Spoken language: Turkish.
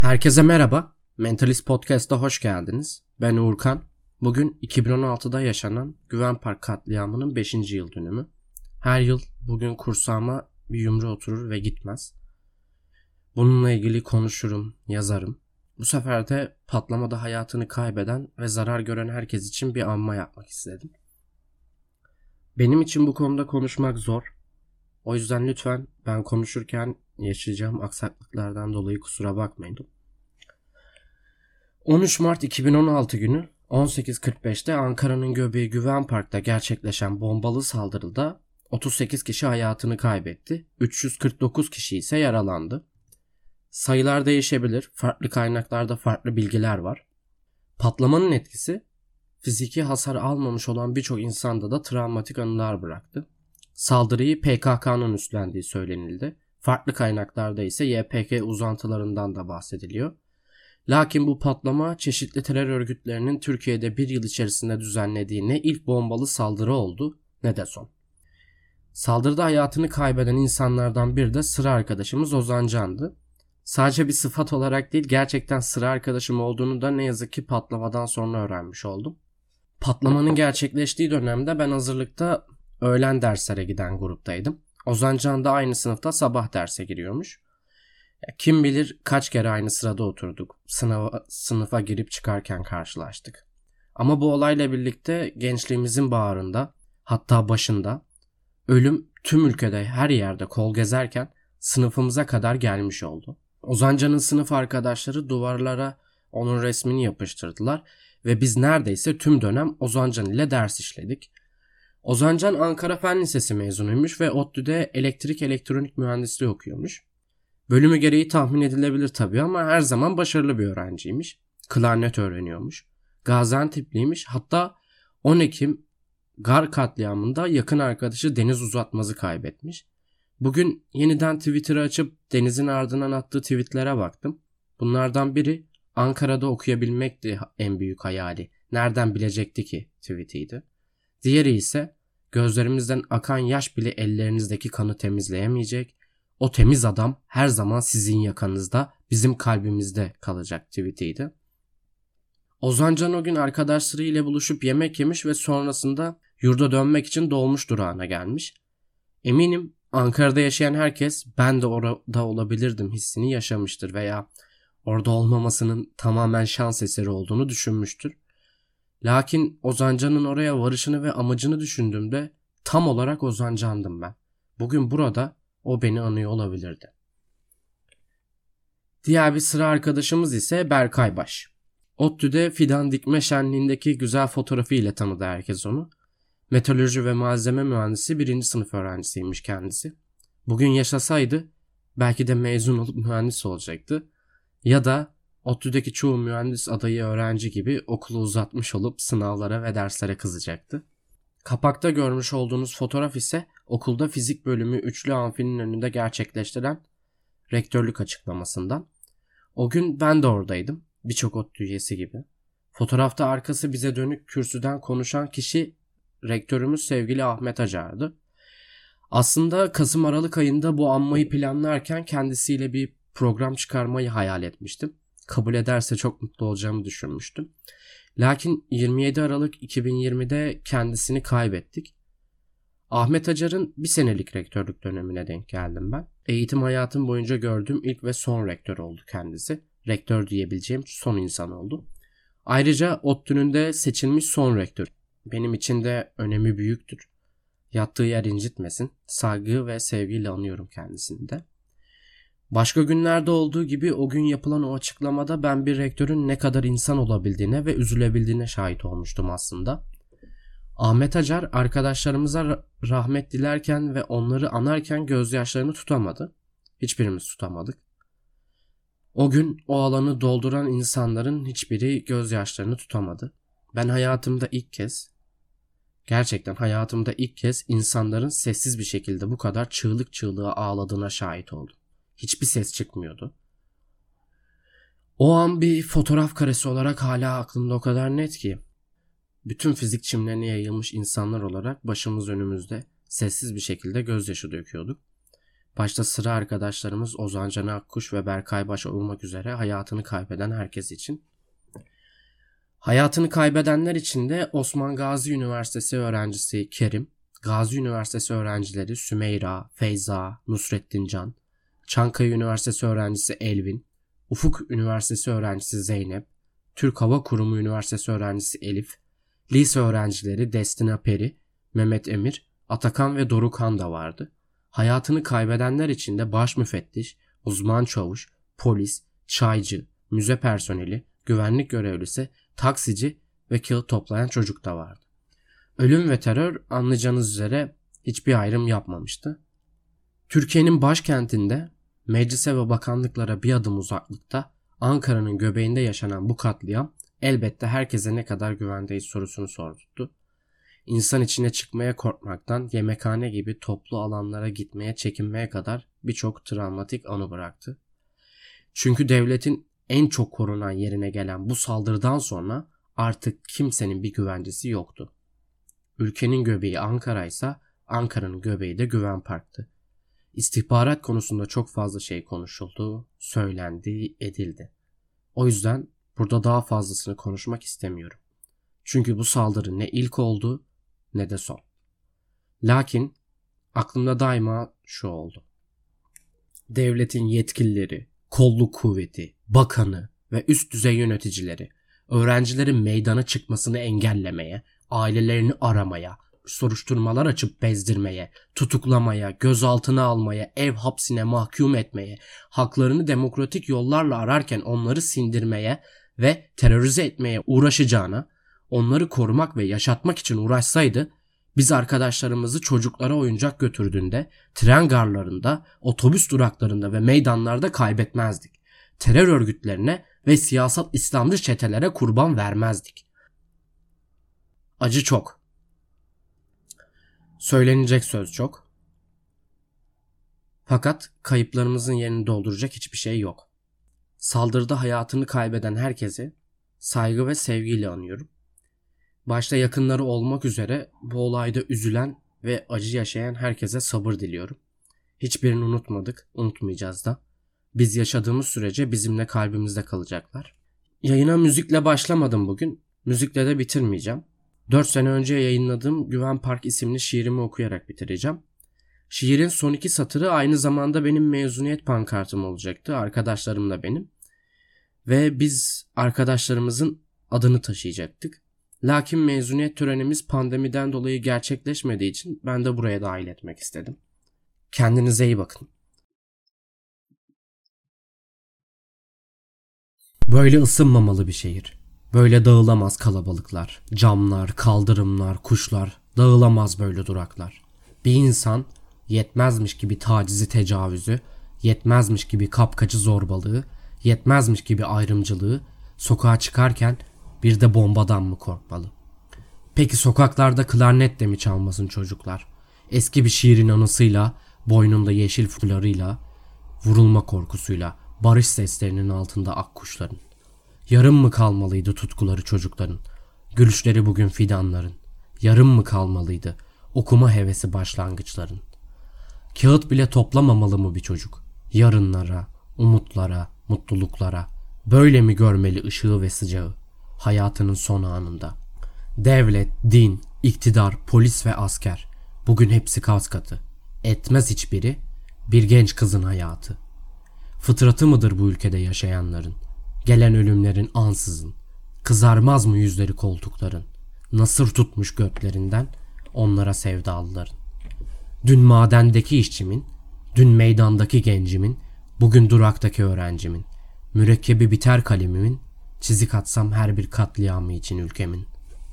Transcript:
Herkese merhaba. Mentalist Podcast'a hoş geldiniz. Ben Uğurkan. Bugün 2016'da yaşanan Güven Park katliamının 5. yıl dönümü. Her yıl bugün kursağıma bir yumru oturur ve gitmez. Bununla ilgili konuşurum, yazarım. Bu sefer de patlamada hayatını kaybeden ve zarar gören herkes için bir anma yapmak istedim. Benim için bu konuda konuşmak zor. O yüzden lütfen ben konuşurken yaşayacağım aksaklıklardan dolayı kusura bakmayın. 13 Mart 2016 günü 18.45'te Ankara'nın göbeği Güven Park'ta gerçekleşen bombalı saldırıda 38 kişi hayatını kaybetti, 349 kişi ise yaralandı. Sayılar değişebilir, farklı kaynaklarda farklı bilgiler var. Patlamanın etkisi fiziki hasar almamış olan birçok insanda da travmatik anılar bıraktı. Saldırıyı PKK'nın üstlendiği söylenildi. Farklı kaynaklarda ise YPG uzantılarından da bahsediliyor. Lakin bu patlama çeşitli terör örgütlerinin Türkiye'de bir yıl içerisinde düzenlediği ne ilk bombalı saldırı oldu ne de son. Saldırıda hayatını kaybeden insanlardan biri de sıra arkadaşımız Ozan Can'dı. Sadece bir sıfat olarak değil, gerçekten sıra arkadaşım olduğunu da ne yazık ki patlamadan sonra öğrenmiş oldum. Patlamanın gerçekleştiği dönemde ben hazırlıkta öğlen derslere giden gruptaydım. Ozan Can da aynı sınıfta sabah derse giriyormuş. Kim bilir kaç kere aynı sırada oturduk. Sınıfa girip çıkarken karşılaştık. Ama bu olayla birlikte gençliğimizin bağrında, hatta başında, ölüm tüm ülkede her yerde kol gezerken sınıfımıza kadar gelmiş oldu. Ozan Can'ın sınıf arkadaşları duvarlara onun resmini yapıştırdılar ve biz neredeyse tüm dönem Ozan Can ile ders işledik. Ozan Can Ankara Fen Lisesi mezunuymuş ve ODTÜ'de elektrik elektronik mühendisliği okuyormuş. Bölümü gereği tahmin edilebilir tabii ama her zaman başarılı bir öğrenciymiş. Klarnet öğreniyormuş. Gaziantep'liymiş. Hatta 10 Ekim Gar katliamında yakın arkadaşı Deniz Uzatmaz'ı kaybetmiş. Bugün yeniden Twitter'ı açıp Deniz'in ardından attığı tweetlere baktım. Bunlardan biri Ankara'da okuyabilmekti en büyük hayali. Nereden bilecekti ki tweetiydi. Diğeri ise gözlerimizden akan yaş bile ellerinizdeki kanı temizleyemeyecek. O temiz adam her zaman sizin yakanızda, bizim kalbimizde kalacak tweetiydi. Ozan Can o gün arkadaşlarıyla buluşup yemek yemiş ve sonrasında yurda dönmek için dolmuş durağına gelmiş. Eminim Ankara'da yaşayan herkes ben de orada olabilirdim hissini yaşamıştır veya orada olmamasının tamamen şans eseri olduğunu düşünmüştür. Lakin Ozan Can'ın oraya varışını ve amacını düşündüğümde tam olarak Ozan Can'dım ben. Bugün burada o beni anıyor olabilirdi. Diğer bir sıra arkadaşımız ise Berkay Baş. ODTÜ'de fidan dikme şenliğindeki güzel fotoğrafı ile tanıdı herkes onu. Metalürji ve malzeme mühendisi 1. sınıf öğrencisiymiş kendisi. Bugün yaşasaydı belki de mezun olup mühendis olacaktı. Ya da ODTÜ'deki çoğu mühendis adayı öğrenci gibi okulu uzatmış olup sınavlara ve derslere kızacaktı. Kapakta görmüş olduğunuz fotoğraf ise okulda fizik bölümü üçlü amfinin önünde gerçekleştiren rektörlük açıklamasından. O gün ben de oradaydım, birçok ODTÜ üyesi gibi. Fotoğrafta arkası bize dönük kürsüden konuşan kişi rektörümüz sevgili Ahmet Acar'dı. Aslında Kasım-Aralık ayında bu anmayı planlarken kendisiyle bir program çıkarmayı hayal etmiştim. Kabul ederse çok mutlu olacağımı düşünmüştüm. Lakin 27 Aralık 2020'de kendisini kaybettik. Ahmet Acar'ın bir senelik rektörlük dönemine denk geldim ben. Eğitim hayatım boyunca gördüğüm ilk ve son rektör oldu kendisi. Rektör diyebileceğim son insan oldu. Ayrıca ODTÜ'nün de seçilmiş son rektör. Benim için de önemi büyüktür. Yattığı yer incitmesin. Saygı ve sevgiyle anıyorum kendisini de. Başka günlerde olduğu gibi o gün yapılan o açıklamada ben bir rektörün ne kadar insan olabildiğine ve üzülebildiğine şahit olmuştum aslında. Ahmet Acar arkadaşlarımıza rahmet dilerken ve onları anarken gözyaşlarını tutamadı. Hiçbirimiz tutamadık. O gün o alanı dolduran insanların hiçbiri gözyaşlarını tutamadı. Ben gerçekten hayatımda ilk kez insanların sessiz bir şekilde bu kadar çığlık çığlığa ağladığına şahit oldum. Hiçbir ses çıkmıyordu. O an bir fotoğraf karesi olarak hala aklımda o kadar net ki. Bütün fizik çimlerine yayılmış insanlar olarak başımız önümüzde sessiz bir şekilde gözyaşı döküyorduk. Başta sıra arkadaşlarımız Ozan Can Akkuş ve Berkay Başa olmak üzere hayatını kaybeden herkes için. Hayatını kaybedenler için de Osman Gazi Üniversitesi öğrencisi Kerim, Gazi Üniversitesi öğrencileri Sümeyra, Feyza, Nusrettin Can, Çankaya Üniversitesi öğrencisi Elvin, Ufuk Üniversitesi öğrencisi Zeynep, Türk Hava Kurumu Üniversitesi öğrencisi Elif, lise öğrencileri Destina Peri, Mehmet Emir, Atakan ve Dorukhan da vardı. Hayatını kaybedenler için de baş müfettiş, uzman çavuş, polis, çaycı, müze personeli, güvenlik görevlisi, taksici ve kağıt toplayan çocuk da vardı. Ölüm ve terör anlayacağınız üzere hiçbir ayrım yapmamıştı. Türkiye'nin başkentinde meclise ve bakanlıklara bir adım uzaklıkta Ankara'nın göbeğinde yaşanan bu katliam elbette herkese ne kadar güvendeyiz sorusunu sordurttu. İnsan içine çıkmaya korkmaktan yemekhane gibi toplu alanlara gitmeye çekinmeye kadar birçok travmatik anı bıraktı. Çünkü devletin en çok korunan yerine gelen bu saldırıdan sonra artık kimsenin bir güvencesi yoktu. Ülkenin göbeği Ankara ise Ankara'nın göbeği de Güven Park'tı. İstihbarat konusunda çok fazla şey konuşuldu, söylendi, edildi. O yüzden burada daha fazlasını konuşmak istemiyorum. Çünkü bu saldırı ne ilk oldu ne de son. Lakin aklımda daima şu oldu. Devletin yetkilileri, kolluk kuvveti, bakanı ve üst düzey yöneticileri öğrencilerin meydana çıkmasını engellemeye, ailelerini aramaya, soruşturmalar açıp bezdirmeye, tutuklamaya, gözaltına almaya, ev hapsine mahkum etmeye, haklarını demokratik yollarla ararken onları sindirmeye ve terörize etmeye uğraşacağına, onları korumak ve yaşatmak için uğraşsaydı, biz arkadaşlarımızı çocuklara oyuncak götürdüğünde, tren garlarında, otobüs duraklarında ve meydanlarda kaybetmezdik. Terör örgütlerine ve siyasal İslamcı çetelere kurban vermezdik. Acı çok. Söylenecek söz çok. Fakat kayıplarımızın yerini dolduracak hiçbir şey yok. Saldırıda hayatını kaybeden herkese saygı ve sevgiyle anıyorum. Başta yakınları olmak üzere bu olayda üzülen ve acı yaşayan herkese sabır diliyorum. Hiçbirini unutmadık, unutmayacağız da. Biz yaşadığımız sürece bizimle kalbimizde kalacaklar. Yayına müzikle başlamadım bugün. Müzikle de bitirmeyeceğim. 4 sene önce yayınladığım Güven Park isimli şiirimi okuyarak bitireceğim. Şiirin son 2 satırı aynı zamanda benim mezuniyet pankartım olacaktı. Arkadaşlarım da benim. Ve biz arkadaşlarımızın adını taşıyacaktık. Lakin mezuniyet törenimiz pandemiden dolayı gerçekleşmediği için ben de buraya dahil etmek istedim. Kendinize iyi bakın. Böyle ısınmamalı bir şehir. Böyle dağılamaz kalabalıklar, camlar, kaldırımlar, kuşlar, dağılamaz böyle duraklar. Bir insan yetmezmiş gibi tacizi tecavüzü, yetmezmiş gibi kapkacı zorbalığı, yetmezmiş gibi ayrımcılığı sokağa çıkarken bir de bombadan mı korkmalı? Peki sokaklarda klarnet de mi çalmasın çocuklar? Eski bir şiirin anısıyla, boynunda yeşil fularıyla, vurulma korkusuyla, barış seslerinin altında akkuşların. Yarım mı kalmalıydı tutkuları çocukların? Gülüşleri bugün fidanların. Yarım mı kalmalıydı okuma hevesi başlangıçların? Kağıt bile toplamamalı mı bir çocuk? Yarınlara, umutlara, mutluluklara. Böyle mi görmeli ışığı ve sıcağı? Hayatının son anında. Devlet, din, iktidar, polis ve asker. Bugün hepsi kas katı. Etmez hiçbiri bir genç kızın hayatı. Fıtratı mıdır bu ülkede yaşayanların? Gelen ölümlerin ansızın. Kızarmaz mı yüzleri koltukların? Nasır tutmuş göklerinden onlara sevdalıların. Dün madendeki işçimin, dün meydandaki gencimin, bugün duraktaki öğrencimin, mürekkebi biter kalemimin, çizik atsam her bir katliamı için ülkemin.